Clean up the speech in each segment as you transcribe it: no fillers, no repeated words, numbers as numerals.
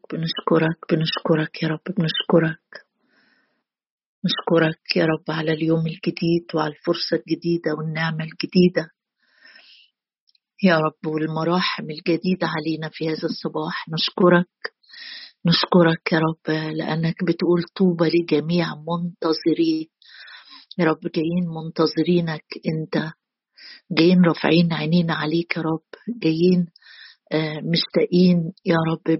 بنشكرك بنشكرك يا رب، بنشكرك نشكرك يا رب على اليوم الجديد وعلى الفرصة الجديدة والنعمة الجديدة يا رب، والمراحم الجديدة علينا في هذا الصباح. نشكرك يا رب لأنك بتقول طوبى لجميع منتظرين. يا رب جايين منتظرينك انت، جايين رافعين عينينا عليك يا رب، جايين مشتاقين يا رب.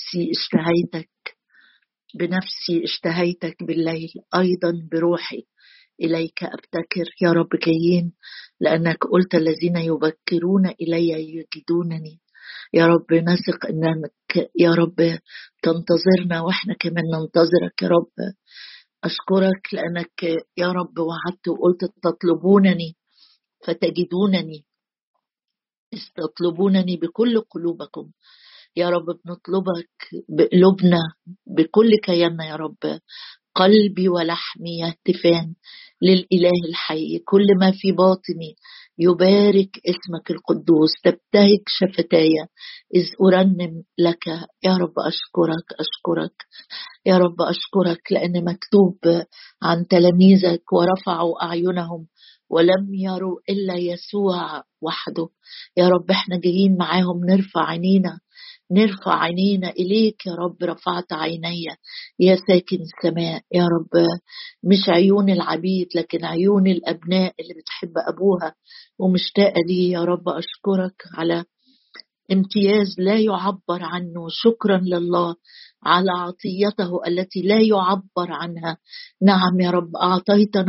بنفسي اشتهيتك بالليل، أيضا بروحي إليك أبتكر. يا رب جايين لأنك قلت الذين يبكرون إلي يجدونني. يا رب نثق أنك يا رب تنتظرنا وإحنا كمان ننتظرك يا رب. أشكرك لأنك يا رب وعدت وقلت تطلبونني فتجدونني، تطلبونني بكل قلوبكم. يا رب بنطلبك بقلوبنا بكل كياننا يا رب. قلبي ولحمي يهتفان للإله الحي، كل ما في باطني يبارك اسمك القدوس. تبتهج شفتاي إذ أرنم لك. يا رب أشكرك يا رب، أشكرك لأن مكتوب عن تلاميذك ورفعوا أعينهم ولم يروا إلا يسوع وحده. يا رب احنا جايين معاهم نرفع عينينا إليك يا رب. رفعت عيني يا ساكن السماء يا رب، مش عيون العبيد لكن عيون الأبناء اللي بتحب أبوها ومشتاقة ليه. يا رب أشكرك على امتياز لا يعبر عنه. شكرا لله على عطيته التي لا يعبر عنها. نعم يا رب أعطيتنا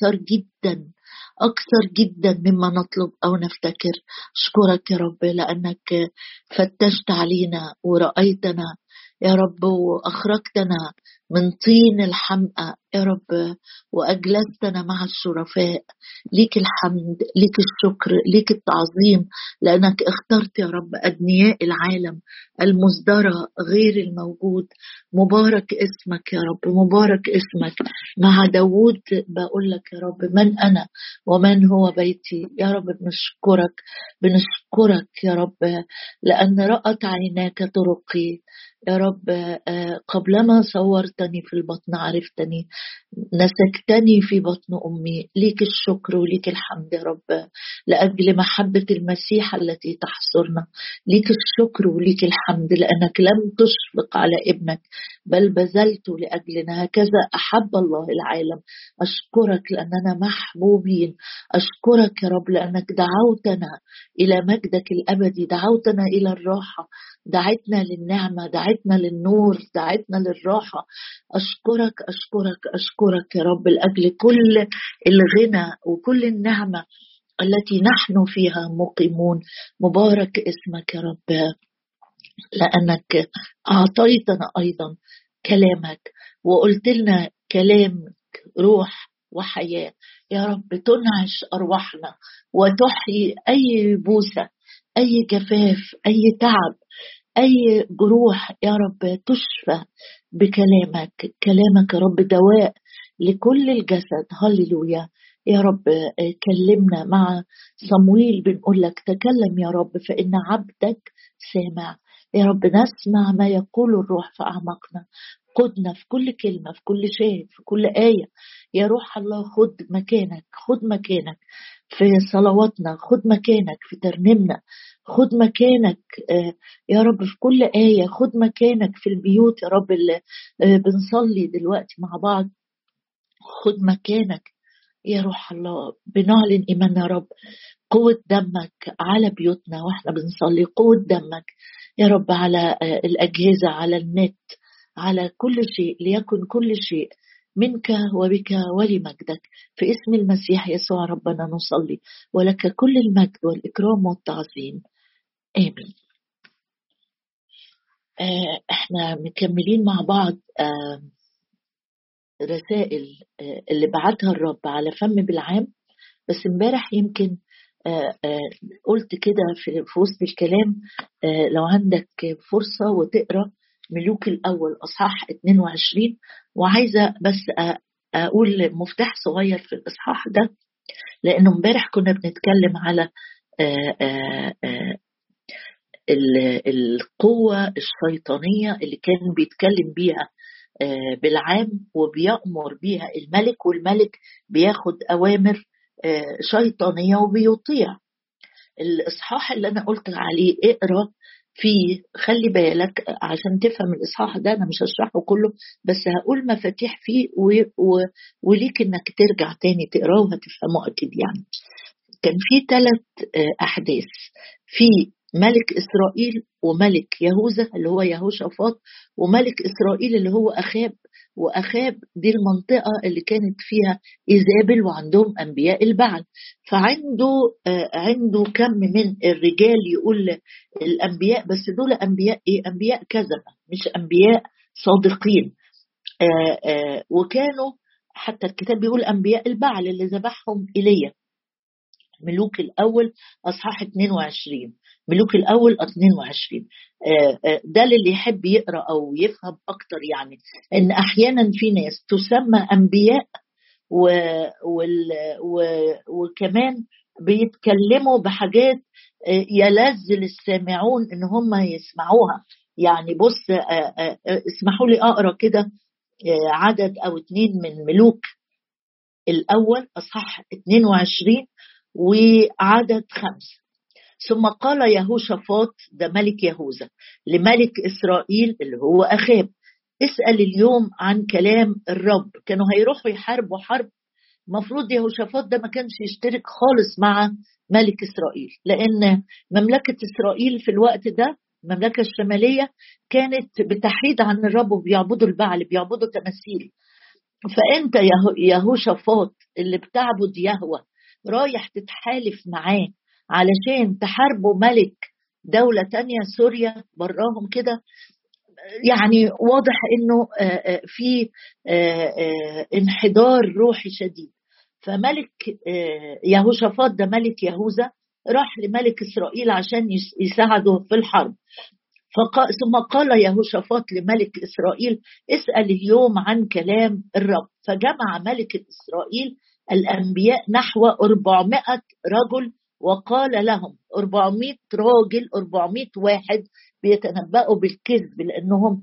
أكثر جدا مما نطلب أو نفتكر. أشكرك يا رب لأنك فتشت علينا ورأيتنا يا رب، وأخرجتنا من طين الحمقى يا رب، وأجلستنا مع الشرفاء. ليك الحمد، ليك الشكر، ليك التعظيم، لأنك اخترت يا رب أدنياء العالم المصدرة غير الموجود. مبارك اسمك يا رب، مبارك اسمك. مع داود بقول لك يا رب من أنا ومن هو بيتي. يا رب بنشكرك يا رب لأن رأت عيناك طرقي يا رب. قبلما صورتني في البطن عرفتني، نسكتني في بطن أمي. ليك الشكر وليك الحمد يا رب لأجل محبة المسيح التي تحصرنا. ليك الشكر وليك الحمد لأنك لم تشفق على ابنك بل بذلت لأجلنا. هكذا أحب الله العالم. أشكرك لأننا محبوبين. أشكرك يا رب لأنك دعوتنا إلى مجدك الأبدي، دعوتنا إلى الراحة، دعتنا للنعمة، دعتنا للنور، دعتنا للراحة. أشكرك يا رب لأجل كل الغنى وكل النعمة التي نحن فيها مقيمون. مبارك اسمك يا رب لأنك أعطيتنا أيضا كلامك وقلت لنا كلامك روح وحياة. يا رب تنعش أرواحنا وتحيي أي بوسة، أي جفاف، أي تعب، أي جروح يا رب تشفى بكلامك. كلامك يا رب دواء لكل الجسد. هللويا يا رب. كلمنا مع صمويل بنقول لك تكلم يا رب فإن عبدك سامع. يا رب نسمع ما يقول الروح في أعماقنا. قدنا في كل كلمة، في كل شيء، في كل آية. يا روح الله خد مكانك في صلواتنا، خد مكانك في ترنيمنا، خد مكانك يا رب في كل آية. خد مكانك في البيوت يا رب اللي بنصلي دلوقتي مع بعض. خد مكانك يا روح الله. بنعلن إيماننا يا رب. قوة دمك على بيوتنا واحنا بنصلي، قوة دمك يا رب على الأجهزة، على النت، على كل شيء. ليكن كل شيء منك وبك ولمجدك. في اسم المسيح يسوع ربنا نصلي، ولك كل المجد والإكرام والتعظيم. آمين. احنا مكملين مع بعض رسائل اللي بعتها الرب على فم بالعام. بس امبارح يمكن قلت كده في وسط الكلام لو عندك فرصة وتقرأ ملوك الأول أصحاح 22. وعايزة بس أقول مفتاح صغير في الإصحاح ده، لأنه امبارح كنا بنتكلم على القوة الشيطانية اللي كان بيتكلم بيها بالعام وبيأمر بيها الملك، والملك بياخد أوامر شيطانية وبيطيع. الإصحاح اللي أنا قلت عليه اقرأ فيه، خلي بالك عشان تفهم الإصحاح ده. أنا مش هشرحه كله بس هقول مفاتيح فيه وليك إنك ترجع تاني تقراه وهتفهمه أكيد. يعني كان في 3 أحداث: في ملك إسرائيل وملك يهوذا اللي هو يهوشافاط، وملك إسرائيل اللي هو أخاب. وأخاب دي المنطقة اللي كانت فيها إيزابل وعندهم أنبياء البعل. عنده كم من الرجال يقول الأنبياء، بس دول أنبياء إيه؟ أنبياء كذبة مش أنبياء صادقين. وكانوا حتى الكتاب بيقول أنبياء البعل اللي ذبحهم إيليا. ملوك الأول أصحاح 22، ملوك الأول 22. ده اللي يحب يقرأ أو يفهم أكتر. يعني إن أحيانا في ناس تسمى أنبياء وكمان بيتكلموا بحاجات يلذ للسامعون إن هم يسمعوها. يعني بص، اسمحوا لي أقرأ كده عدد أو 2 من ملوك الأول أصحاح 22 وعدد 5. ثم قال يهوشافاط، ده ملك يهوذا، لملك إسرائيل اللي هو أخاب: اسأل اليوم عن كلام الرب. كانوا هيروحوا يحاربوا حرب، مفروض يهوشافاط ده ما كانش يشترك خالص مع ملك إسرائيل، لأن مملكة إسرائيل في الوقت ده المملكة الشمالية كانت بتحيد عن الرب وبيعبدوا البعل، بيعبدوا تماثيل. فأنت يهوشافاط اللي بتعبد يهوه رايح تتحالف معاه علشان تحاربوا ملك دولة تانية سوريا براهم كده. يعني واضح انه في انحدار روحي شديد. فملك يهوشافاط ده ملك يهوذا راح لملك إسرائيل عشان يساعده في الحرب. ثم قال يهوشافاط لملك إسرائيل: اسأل اليوم عن كلام الرب. فجمع ملك إسرائيل الأنبياء نحو 400 رجل وقال لهم 400 راجل 400 واحد بيتنبأوا بالكذب لأنهم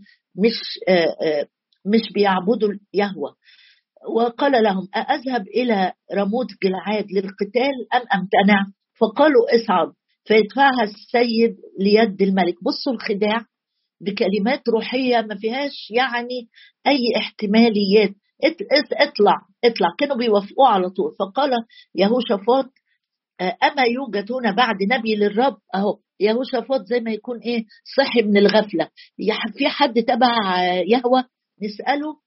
مش بيعبدوا يهوه. وقال لهم: أذهب إلى رموت جلعاد للقتال أم أمتنع؟ فقالوا: اصعد فيدفعها السيد ليد الملك. بصوا الخداع بكلمات روحية ما فيهاش يعني أي احتماليات. اطلع. كانوا بيوافقوا على طول. فقال يهوشافاط: أما يوجد هنا بعد نبي للرب؟ أهو يهوشافاط زي ما يكون صحي من الغفلة، في حد تبع يهوه نسأله.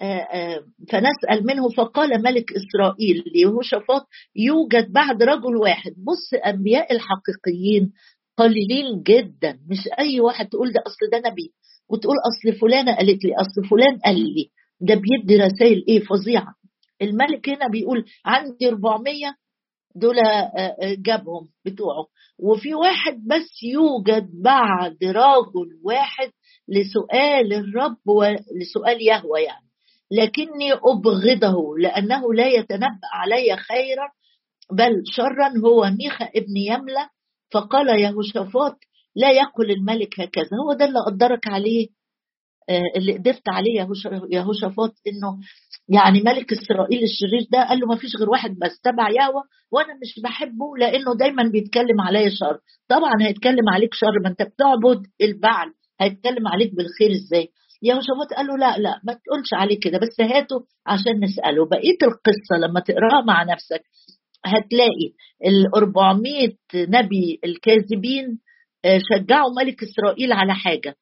فنسأل منه. فقال ملك إسرائيل ليهوشافاط: يوجد بعد رجل واحد. بص، أنبياء الحقيقيين قليلين جدا. مش أي واحد تقول ده أصل ده نبي وتقول أصل فلانة قالت لي أصل فلان قال لي. ده بيدي رسائل فظيعة. الملك هنا بيقول عندي 400 دول جابهم بتوعه، وفي واحد بس يوجد بعد رجل واحد لسؤال الرب ولسؤال يهوه. يعني لكني أبغضه لأنه لا يتنبأ علي خيرا بل شرا، هو ميخا ابن يملة. فقال يهوشافاط: لا يقل الملك هكذا. هو ده اللي قدرك عليه، اللي قدرت عليه يهوشافاط، انه يعني ملك اسرائيل الشرير ده قال له ما فيش غير واحد بس تبع يهوه وانا مش بحبه لانه دايما بيتكلم عليا شر. طبعا هيتكلم عليك شر، ما انت بتعبد البعل، هيتكلم عليك بالخير ازاي؟ يهوشافاط قال له: لا ما تقولش عليه كده، بس هاته عشان نسأله. بقية القصة لما تقراها مع نفسك هتلاقي 400 نبي الكاذبين شجعوا ملك إسرائيل على حاجة.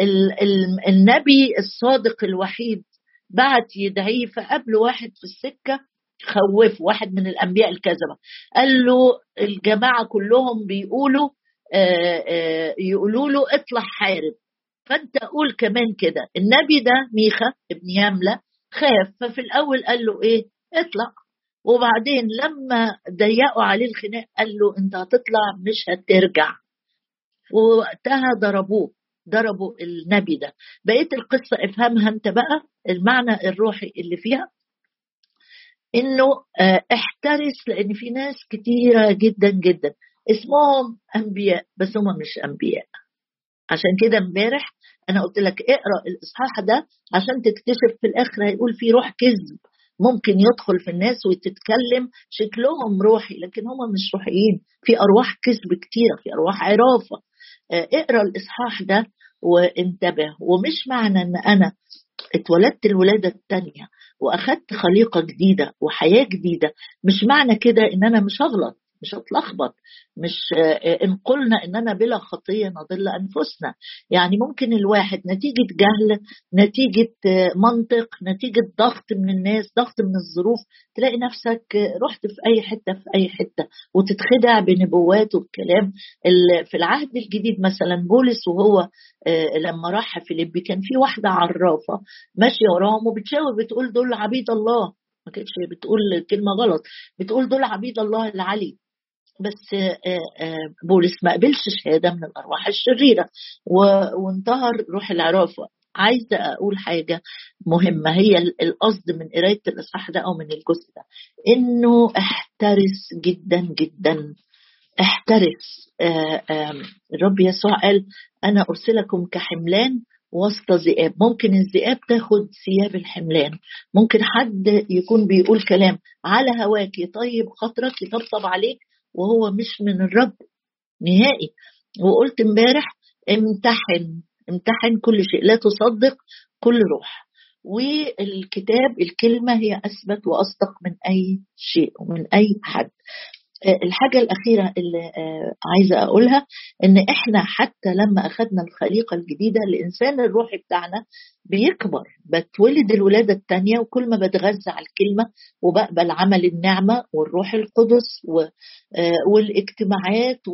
النبي الصادق الوحيد بعت يدعيه، فقابله واحد في السكة خوف، واحد من الأنبياء الكذبة، قال له الجماعة كلهم بيقولوا يقولوا له اطلع حارب، فانت قول كمان كده. النبي ده ميخا ابن يملة خاف، ففي الأول قال له اطلع، وبعدين لما ضيقوا عليه الخناق قال له انت هتطلع مش هترجع، ووقتها ضربوا النبي ده. بقية القصة افهمها انت بقى، المعنى الروحي اللي فيها انه احترس، لان في ناس كتيرة جدا جدا اسمهم انبياء بس هم مش انبياء. عشان كده امبارح انا قلت لك اقرا الاصحاح ده عشان تكتشف في الاخر هيقول في روح كذب ممكن يدخل في الناس وتتكلم شكلهم روحي لكن هم مش روحيين، في ارواح كذب كتيره، في ارواح عرافه. اقرا الاصحاح ده وانتبه. ومش معنى ان انا اتولدت الولادة التانية واخدت خليقة جديدة وحياة جديدة مش معنى كده ان انا مش هغلط، مش هتلخبط، مش ان قلنا اننا بلا خطية نضل انفسنا. يعني ممكن الواحد نتيجة جهل، نتيجة منطق، نتيجة ضغط من الناس، ضغط من الظروف، تلاقي نفسك رحت في اي حتة في اي حتة وتتخدع بنبوات وبكلام. في العهد الجديد مثلا بولس وهو لما راح فيليبي كان في واحدة عرافة ماشيه وراهم وبتشاور بتقول دول عبيد الله، ما كانتش بتقول كلمه غلط، بتقول دول عبيد الله العلي. بس بولس ما قبلش شهاده من الارواح الشريره وانتهر روح العرافه. عايزه اقول حاجه مهمه، هي القصد من قرايه الاصحاح ده او من الجزء ده انه احترس جدا جدا، احترس. الرب يسوع قال انا ارسلكم كحملان وسط ذئاب. ممكن الذئاب تاخد ثياب الحملان، ممكن حد يكون بيقول كلام على هواك يطيب خاطرك يطبطب عليك وهو مش من الرب نهائي. وقلت امبارح امتحن كل شيء، لا تصدق كل روح. والكتاب الكلمة هي أثبت وأصدق من أي شيء ومن أي حد. الحاجة الأخيرة اللي عايزة أقولها إن إحنا حتى لما أخذنا الخليقة الجديدة الإنسان الروحي بتاعنا بيكبر، بتولد الولادة التانية وكل ما بتغذى على الكلمة وبقبل عمل النعمة والروح القدس والاجتماعات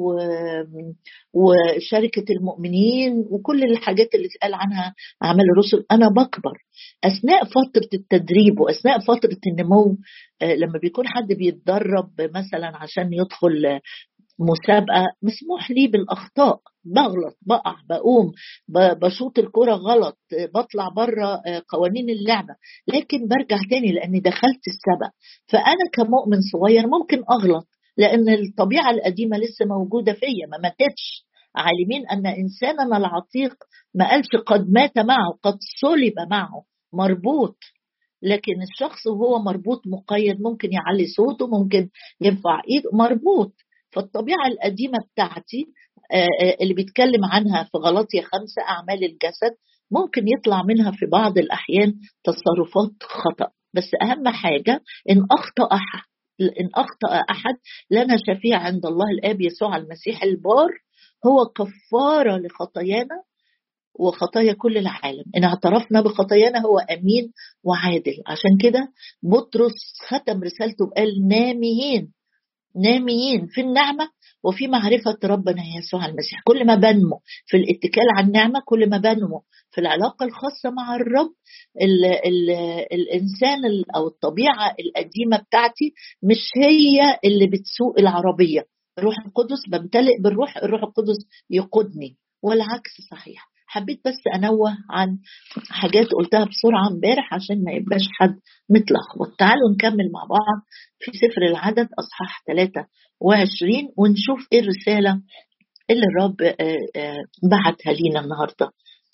وشركة المؤمنين وكل الحاجات اللي اتقال عنها أعمال الرسل، أنا بكبر أثناء فترة التدريب وأثناء فترة النمو. لما بيكون حد بيتدرب مثلا عشان يدخل مسابقة مسموح لي بالأخطاء، بغلط، بقع، بقوم، بشوط الكرة غلط، بطلع بره قوانين اللعبة، لكن برجع تاني لأني دخلت السبق. فأنا كمؤمن صغير ممكن أغلط لأن الطبيعة القديمة لسه موجودة فيا ما ماتتش. عالمين أن إنساننا العتيق ما قالش قد مات معه، قد صلب معه، مربوط. لكن الشخص وهو مربوط مقيد ممكن يعلي صوته، ممكن يرفع ايده، مربوط. فالطبيعة القديمة بتاعتي اللي بيتكلم عنها في غلاطيا 5 أعمال الجسد ممكن يطلع منها في بعض الأحيان تصرفات خطأ. بس أهم حاجة إن أخطأ أحد لنا شفيع عند الله الآب يسوع المسيح البار، هو كفارة لخطايانا وخطايا كل العالم. إن اعترفنا بخطايانا هو أمين وعادل. عشان كده بطرس ختم رسالته بقال ناميين في النعمة وفي معرفة ربنا يسوع المسيح. كل ما بنمو في الاتكال على النعمة كل ما بنمو في العلاقة الخاصة مع الرب. ال الإنسان أو الطبيعة القديمة بتاعتي مش هي اللي بتسوق العربية. الروح القدس بمتلئ بالروح، الروح القدس يقودني، والعكس صحيح. حبيت بس أنوه عن حاجات قلتها بسرعة امبارح عشان ما يبقاش حد متلخبط. تعالوا نكمل مع بعض في سفر العدد أصحاح 23 ونشوف إيه الرسالة اللي الرب بعتها لينا النهاردة،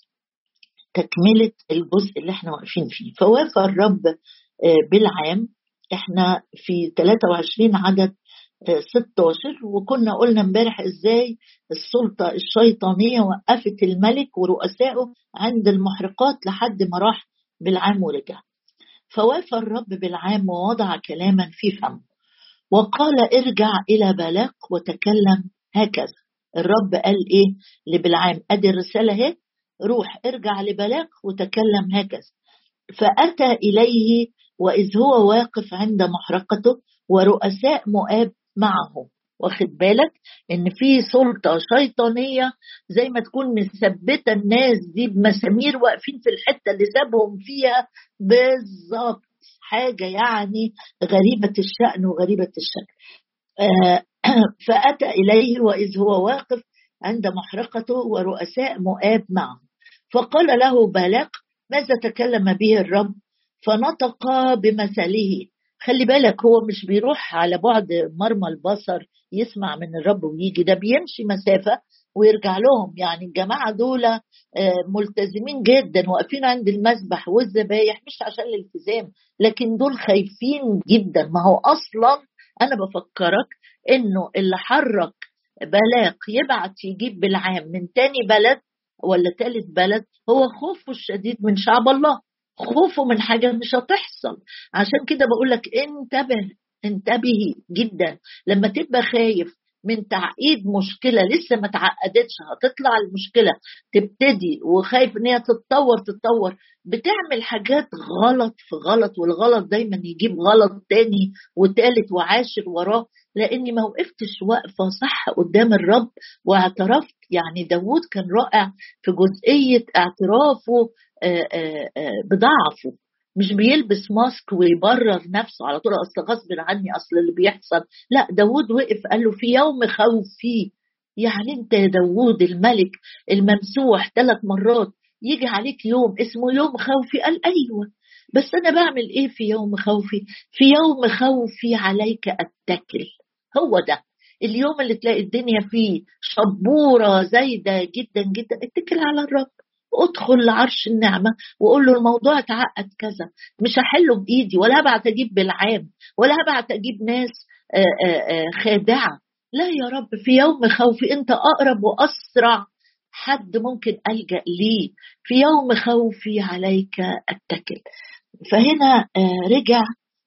تكملة الجزء اللي احنا واقفين فيه. فوافى الرب بالعام. احنا في 23 عدد 16 وكنا قلنا امبارح ازاي السلطة الشيطانية وقفت الملك ورؤسائه عند المحرقات لحد ما راح بالعام ورجع. فوافى الرب بالعام ووضع كلاما في فمه وقال ارجع إلى بلاق وتكلم هكذا. الرب قال ايه لبلعام؟ ادي الرسالة اهي، روح ارجع لبلاق وتكلم هكذا. فأتى إليه وإذ هو واقف عند محرقته ورؤساء مؤاب معه. واخد بالك ان في سلطة شيطانية زي ما تكون مثبتة الناس دي بمسامير واقفين في الحتة اللي سابهم فيها بالظبط. حاجة يعني غريبة الشأن وغريبة الشكل. فأتى إليه وإذ هو واقف عند محرقته ورؤساء مؤاب معه. فقال له بالاق ماذا تكلم به الرب؟ فنطق بمثله. خلي بالك هو مش بيروح على بعد مرمى البصر يسمع من الرب ويجي، ده بيمشي مسافة ويرجع لهم. يعني الجماعة دول ملتزمين جدا، واقفين عند المذبح والذبايح مش عشان الالتزام، لكن دول خايفين جدا. ما هو أصلا أنا بفكرك إنه اللي حرك بلاق يبعت يجيب بالعام من تاني بلد ولا تالت بلد هو خوفه الشديد من شعب الله، خوفه من حاجة مش هتحصل. عشان كده بقولك انتبه، انتبهي جدا لما تبقى خايف من تعقيد مشكلة لسه ما تعقدتش، هتطلع المشكلة تبتدي وخايف ان هي تتطور، بتعمل حاجات غلط في غلط، والغلط دايما يجيب غلط تاني وتالت وعاشر وراه، لاني ما وقفتش وقفة صح قدام الرب واعترفت. يعني داود كان رائع في جزئية اعترافه بضعفه، مش بيلبس ماسك ويبرر نفسه على طول اصل غصب عني اصل اللي بيحصل. لا، داود وقف قال له في يوم خوفي. يعني انت يا داود الملك الممسوح 3 مرات يجي عليك يوم اسمه يوم خوفي؟ قال ايوه، بس انا بعمل ايه في يوم خوفي؟ في يوم خوفي عليك اتكل. هو ده اليوم اللي تلاقي الدنيا فيه شبورة زايدة جدا جدا، اتكل على الرب، ادخل لعرش النعمة وقول له الموضوع اتعقد كذا، مش هحله بإيدي، ولا هبعت أجيب بالعام، ولا هبعت أجيب ناس خادعة. لا يا رب، في يوم خوفي أنت أقرب وأسرع حد ممكن ألجأ ليه، في يوم خوفي عليك أتكل. فهنا رجع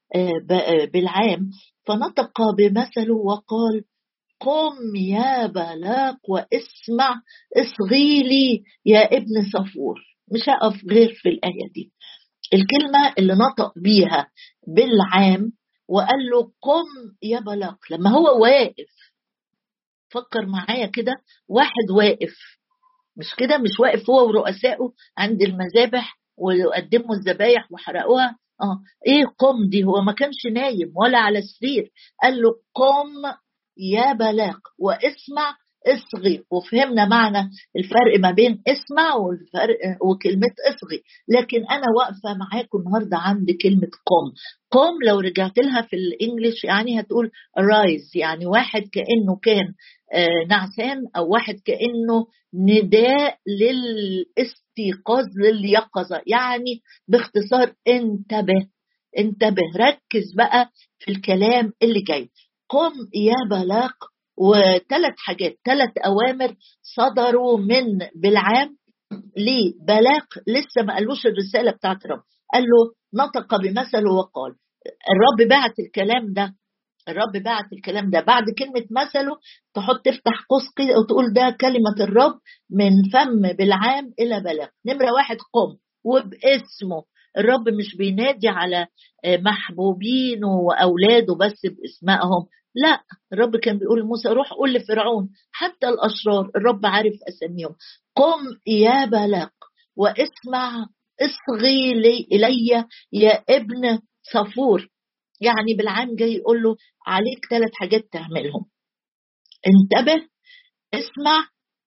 بالعام فنطق بمثله وقال قم يا بلاق واسمع، اصغي لي يا ابن صفور. مش هقف غير في الآية دي، الكلمة اللي نطق بيها بالعام وقال له قم يا بلاق. لما هو واقف، فكر معايا كده، واحد واقف مش كده، مش واقف هو ورؤسائه عند المذابح وقدموا الذبايح وحرقوها. ايه قم دي؟ هو ما كانش نايم ولا على السرير، قال له قم يا بلاق واسمع اصغي. وفهمنا معنى الفرق ما بين اسمع والفرق وكلمة اصغي. لكن انا واقفة معاكم النهاردة عند كلمة قم. قم لو رجعت لها في الانجليش يعني هتقول رايز، يعني واحد كأنه كان نعسان، او واحد كأنه نداء للاستيقاظ لليقظة. يعني باختصار انتبه، انتبه، ركز بقى في الكلام اللي جاي. قم يا بلاق. وثلاث حاجات، 3 أوامر صدروا من بالعام ليه بلاق. لسه ما قالوش الرسالة بتاعت رب، قال له نطق بمثله وقال. الرب بعت الكلام ده، الرب بعت الكلام ده بعد كلمة مثله تحط تفتح قوس كده وتقول ده كلمة الرب من فم بالعام إلى بلاغ. نمرة 1 قم وباسمه. الرب مش بينادي على محبوبينه وأولاده بس باسمائهم، لا، الرب كان بيقول لموسى روح قول لفرعون حتى الأشرار الرب عارف أسميهم. قم يا بلاق واسمع، اصغي إلي يا ابن صفور. يعني بالعام جاي يقول له عليك 3 حاجات تعملهم، انتبه، اسمع،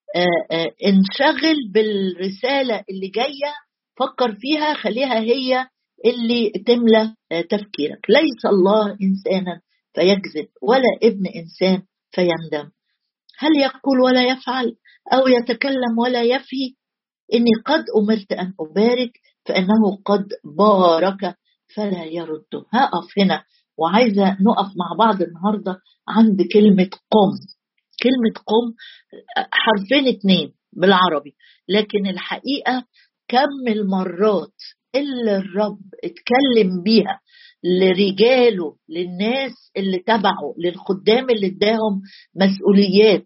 انشغل بالرسالة اللي جاية، فكر فيها، خليها هي اللي تملى تفكيرك. ليس الله إنسانا فيكذب ولا ابن إنسان فيندم. هل يقول ولا يفعل أو يتكلم ولا يفي؟ إني قد أمرت أن أبارك فإنه قد بارك فلا يرده. هقف هنا وعايزة نقف مع بعض النهاردة عند كلمة قم. كلمة قم حرفين 2 بالعربي، لكن الحقيقة كم المرات اللي الرب اتكلم بيها لرجاله، للناس اللي تبعه، للخدام اللي اداهم مسؤوليات،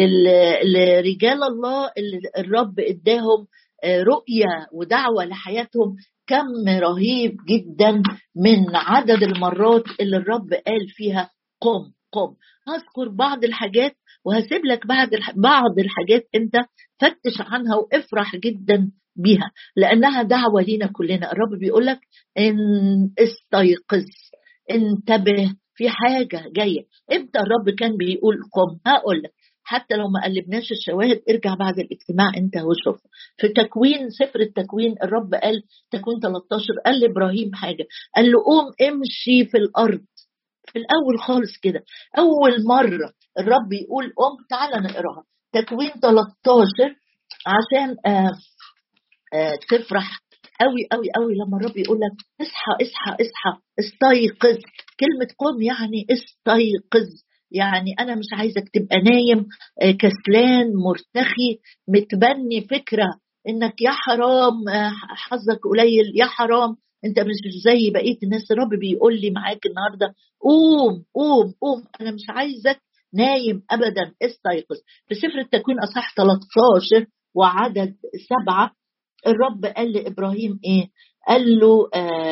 لرجال الله اللي الرب اداهم رؤية ودعوة لحياتهم. كم رهيب جدا من عدد المرات اللي الرب قال فيها قم قم. هذكر بعض الحاجات وهسيب لك بعض الحاجات انت فتش عنها وافرح جدا بيها، لانها دعوة لينا كلنا. الرب بيقول لك ان استيقظ، انتبه، في حاجة جاية. امتى الرب كان بيقول قم؟ هقول لك، حتى لو ما قلبناش الشواهد ارجع بعد الاجتماع انت وشوف. في تكوين، سفر التكوين، الرب قال تكوين 13 قال لابراهيم حاجة، قال له قوم امشي في الارض. في الاول خالص كده، اول مرة الرب يقول قوم، تعالى نقراها. تكوين 13 عشان تفرح قوي قوي قوي لما الرب يقول لك اصحى اصحى اصحى استيقظ. كلمة قم يعني استيقظ، يعني أنا مش عايزك تبقى نايم كسلان مرتخي متبني فكرة إنك يا حرام حظك قليل، يا حرام أنت مش زي بقية الناس. الرب بيقول لي معاك النهاردة قوم قوم قوم، أنا مش عايزك نايم أبدا، استيقظ. في سفر التكوين أصحاح 13 وعدد 7 الرب قال لإبراهيم إيه؟ قال له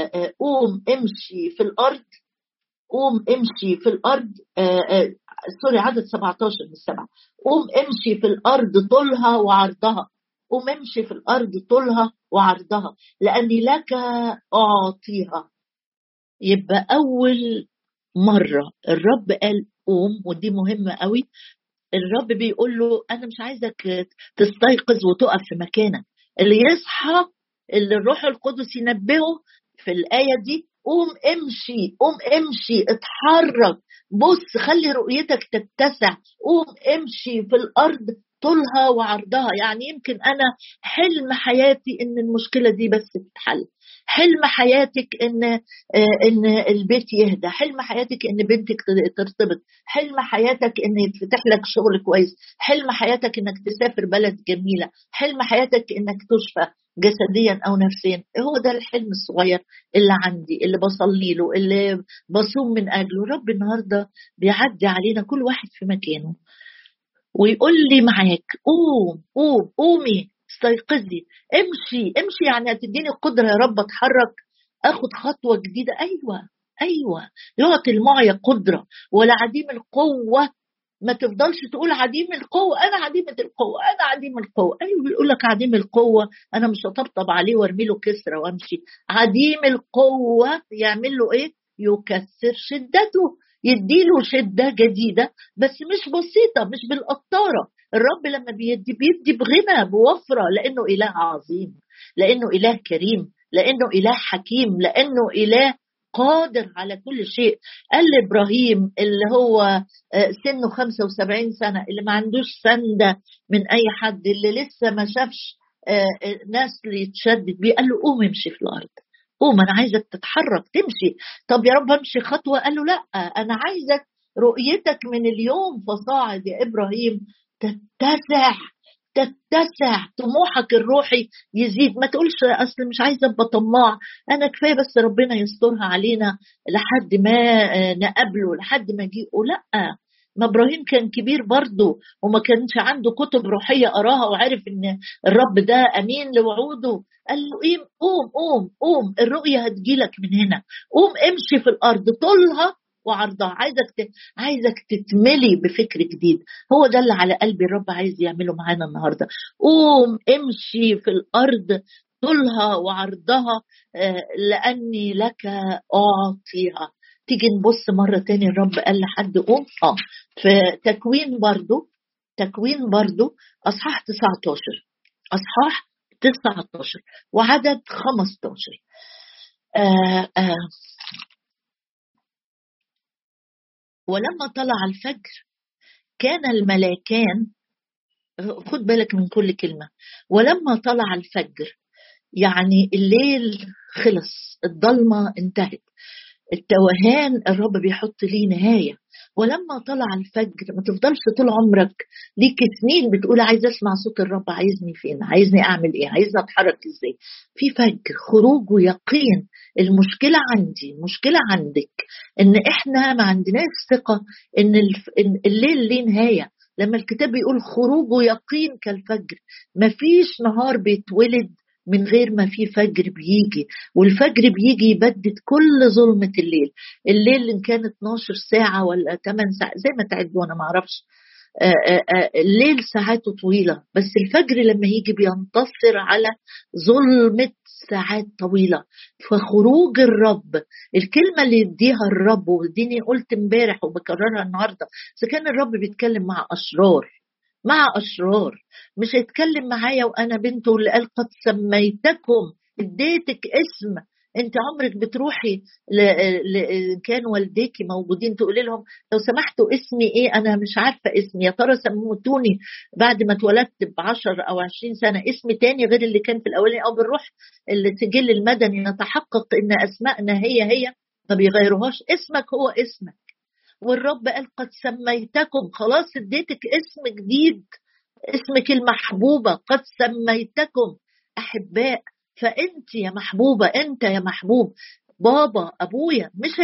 قوم امشي في الأرض، قوم امشي في الأرض. سوري عدد 17 من 7. قوم امشي في الأرض طولها وعرضها، قوم امشي في الأرض طولها وعرضها لأني لك أعطيها. يبقى أول مرة الرب قال قوم، ودي مهمة قوي. الرب بيقول له أنا مش عايزك تستيقظ وتقف في مكانك، اللي يصحى اللي الروح القدس ينبهه في الآية دي قوم امشي، قوم امشي اتحرك، بص خلي رؤيتك تتسع، قوم امشي في الأرض طولها وعرضها. يعني يمكن أنا حلم حياتي إن المشكلة دي بس تتحل، حلم حياتك إن البيت يهدى، حلم حياتك إن بنتك ترتبط، حلم حياتك إن يتفتح لك شغل كويس، حلم حياتك إنك تسافر بلد جميلة، حلم حياتك إنك تشفى جسديا أو نفسيا. هو ده الحلم الصغير اللي عندي، اللي بصلي له، اللي بصوم من أجله. رب النهاردة بيعدي علينا كل واحد في مكانه ويقول لي معاك قوم قوم قومي استيقظي، امشي امشي، يعني هتديني القدرة يا رب اتحرك اخد خطوة جديدة. ايوه يعطي المعيا قدرة ولا عديم القوة. ما تفضلش تقول عديم القوة، أنا عديمة القوة، أنا عديم القوة. أيوة بيقول لك عديم القوة، أنا مش هطبطب عليه وارمي له كسرة وامشي. عديم القوة يعمل له إيه؟ يكسر شدته، يديله شدة جديدة بس مش بسيطة، مش بالقطارة. الرب لما بيدي بغنى بوفرة، لأنه إله عظيم، لأنه إله كريم، لأنه إله حكيم، لأنه إله قادر على كل شيء. قال لإبراهيم اللي هو سنه 75 سنة، اللي ما عندوش سندة من أي حد، اللي لسه ما شافش ناس اللي يتشدد بيه، قال له قوم امشي في الأرض، قوم أنا عايزك تتحرك تمشي. طب يا رب امشي خطوة، قال له لا، أنا عايزك رؤيتك من اليوم فصاعد يا إبراهيم تتسع، تتسع، طموحك الروحي يزيد. ما تقولش اصل مش عايزه ابقى طماع، انا كفايه بس ربنا يسترها علينا لحد ما نقابله، لحد ما يجيء. لا، ما ابراهيم كان كبير برضه وما كانش عنده كتب روحيه قراها وعارف ان الرب ده امين لوعوده. قال له ايه؟ قوم قوم قوم، الرؤيه هتجيلك من هنا، قوم امشي في الارض طولها وعرضها. عايزك تتملي بفكر جديد. هو ده اللي على قلبي الرب عايز يعمله معانا النهارده. قوم امشي في الارض طولها وعرضها لاني لك اعطيها. تيجي نبص مرة تاني الرب قال لحد قوم. في تكوين برضو اصحاح 19، اصحاح 19 وعدد 15. ولما طلع الفجر كان الملاكان، خد بالك من كل كلمة، ولما طلع الفجر يعني الليل خلص، الضلمة انتهت، التوهان الرب بيحط ليه نهاية. ولما طلع الفجر، ما تفضلش طول عمرك ليك سنين بتقول عايز اسمع صوت الرب، عايزني فين، عايزني اعمل ايه، عايزني اتحرك ازاي. في فجر خروج ويقين. المشكلة عندي، المشكلة عندك ان احنا ما عندناش ثقة ان الليل ليه نهاية. لما الكتاب بيقول خروج ويقين كالفجر، مفيش نهار بيتولد من غير ما في فجر بيجي، والفجر بيجي يبدد كل ظلمة الليل. الليل إن كان 12 ساعة ولا 8 ساعة زي ما تعدوا أنا معرفش، الليل ساعاته طويلة، بس الفجر لما يجي بينتصر على ظلمة ساعات طويلة. فخروج الرب، الكلمة اللي يديها الرب، وديني قلت امبارح وبكررها النهاردة، إذا كان الرب بيتكلم مع أشرار مش هيتكلم معايا وأنا بنته اللي قال قد سميتكم، اديتك اسم انت عمرك بتروحي كان والديكي موجودين تقولي لهم لو سمحتوا اسمي ايه، انا مش عارفة اسمي، يا ترى سموتوني بعد ما اتولدت ب10 أو 20 سنة اسم تاني غير اللي كان في الاولاني، او بنروح السجل المدني نتحقق ان اسمائنا هي ما بيغيروهاش، اسمك هو اسمك. والرب قال قد سميتكم، خلاص اديتك اسم جديد، اسمك المحبوبة، قد سميتكم أحباء. فأنت يا محبوبة، أنت يا محبوب، بابا أبويا مش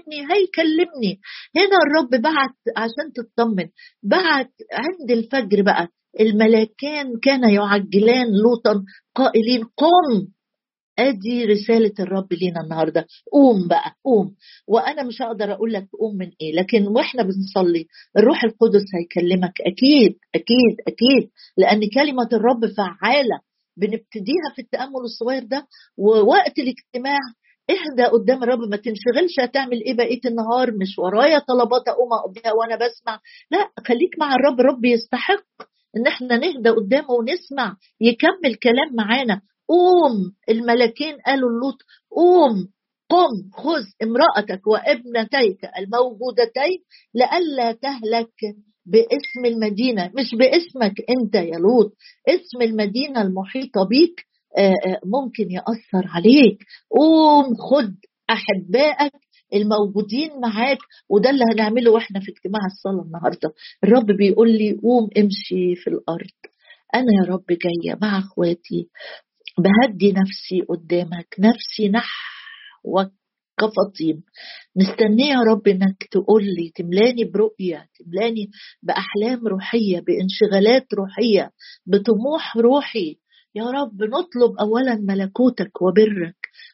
هيكلمني. هنا الرب بعت عشان تطمن، بعت عند الفجر بقى الملاكان كان يعجلان لوطا قائلين قم. ادي رسالة الرب لينا النهاردة، قوم بقى قوم. وانا مش هقدر اقول لك قوم من ايه، لكن واحنا بنصلي الروح القدس هيكلمك اكيد اكيد اكيد، لان كلمة الرب فعالة. بنبتديها في التأمل الصغير ده، ووقت الاجتماع اهدى قدام الرب، ما تنشغلش هتعمل ايه بقية النهار، مش ورايا طلبات اقوم اقضيها وانا بسمع، لا خليك مع الرب. الرب يستحق ان احنا نهدى قدامه ونسمع، يكمل كلام معانا. قوم. الملكين قالوا لوط قوم، قم خذ امرأتك وابنتيك الموجودتين لئلا تهلك باسم المدينة، مش باسمك انت يا لوط، اسم المدينة المحيطة بيك ممكن يأثر عليك. قوم خذ أحبائك الموجودين معاك. وده اللي هنعمله واحنا في اجتماع الصلاة النهاردة. الرب بيقول لي قوم امشي في الأرض، أنا يا رب جاية مع أخواتي بهدي نفسي قدامك، نفسي نحو كفطيم، مستنيه يا رب انك تقول لي، تملاني برؤيه، تملاني باحلام روحيه، بانشغالات روحيه، بطموح روحي. يا رب نطلب اولا ملكوتك وبرك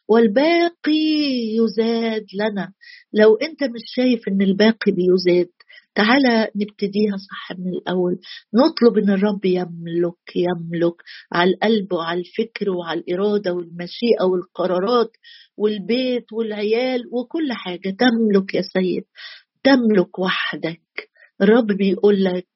والباقي يزاد لنا. لو انت مش شايف ان الباقي بيزاد، تعالى نبتديها صح من الأول. نطلب إن الرب يملك على القلب وعلى الفكر وعلى الإرادة والمشيئة والقرارات والبيت والعيال وكل حاجة. تملك يا سيد، تملك وحدك. الرب بيقول لك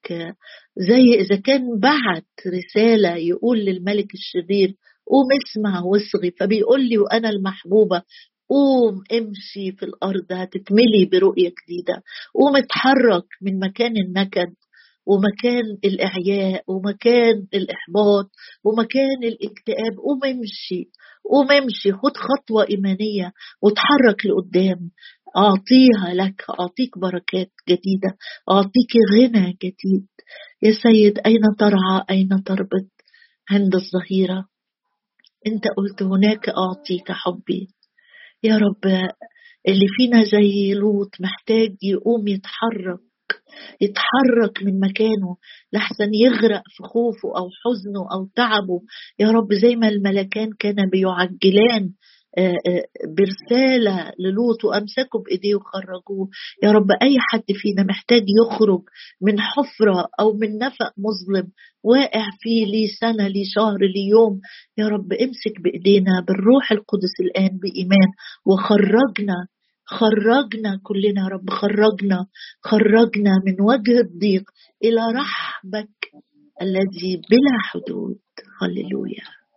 زي إذا كان بعت رسالة يقول للملك الشرير قوم اسمع واصغي، فبيقول لي وأنا المحبوبة قوم امشي في الأرض، هتتملي برؤية جديدة. قوم اتحرك من مكان النكد ومكان الإعياء ومكان الإحباط ومكان الاكتئاب. قوم امشي، قوم امشي، خد خطوة إيمانية وتحرك لقدام. أعطيها لك، أعطيك بركات جديدة، أعطيك غنى جديد. يا سيد أين ترعى، أين تربط؟ عند الظهيرة. أنت قلت هناك أعطيك حبي. يا رب اللي فينا زي لوط محتاج يقوم يتحرك من مكانه لحسن يغرق في خوفه أو حزنه أو تعبه. يا رب زي ما الملكان كان بيعجلان برسالة للوط وأمسكوا بإيديه وخرجوه. يا رب أي حد فينا محتاج يخرج من حفرة أو من نفق مظلم واقع فيه لي سنة لي شهر لي يوم، يا رب امسك بإيدينا بالروح القدس الآن بإيمان خرجنا كلنا يا رب، خرجنا من وجه الضيق إلى رحبك الذي بلا حدود. هللويا.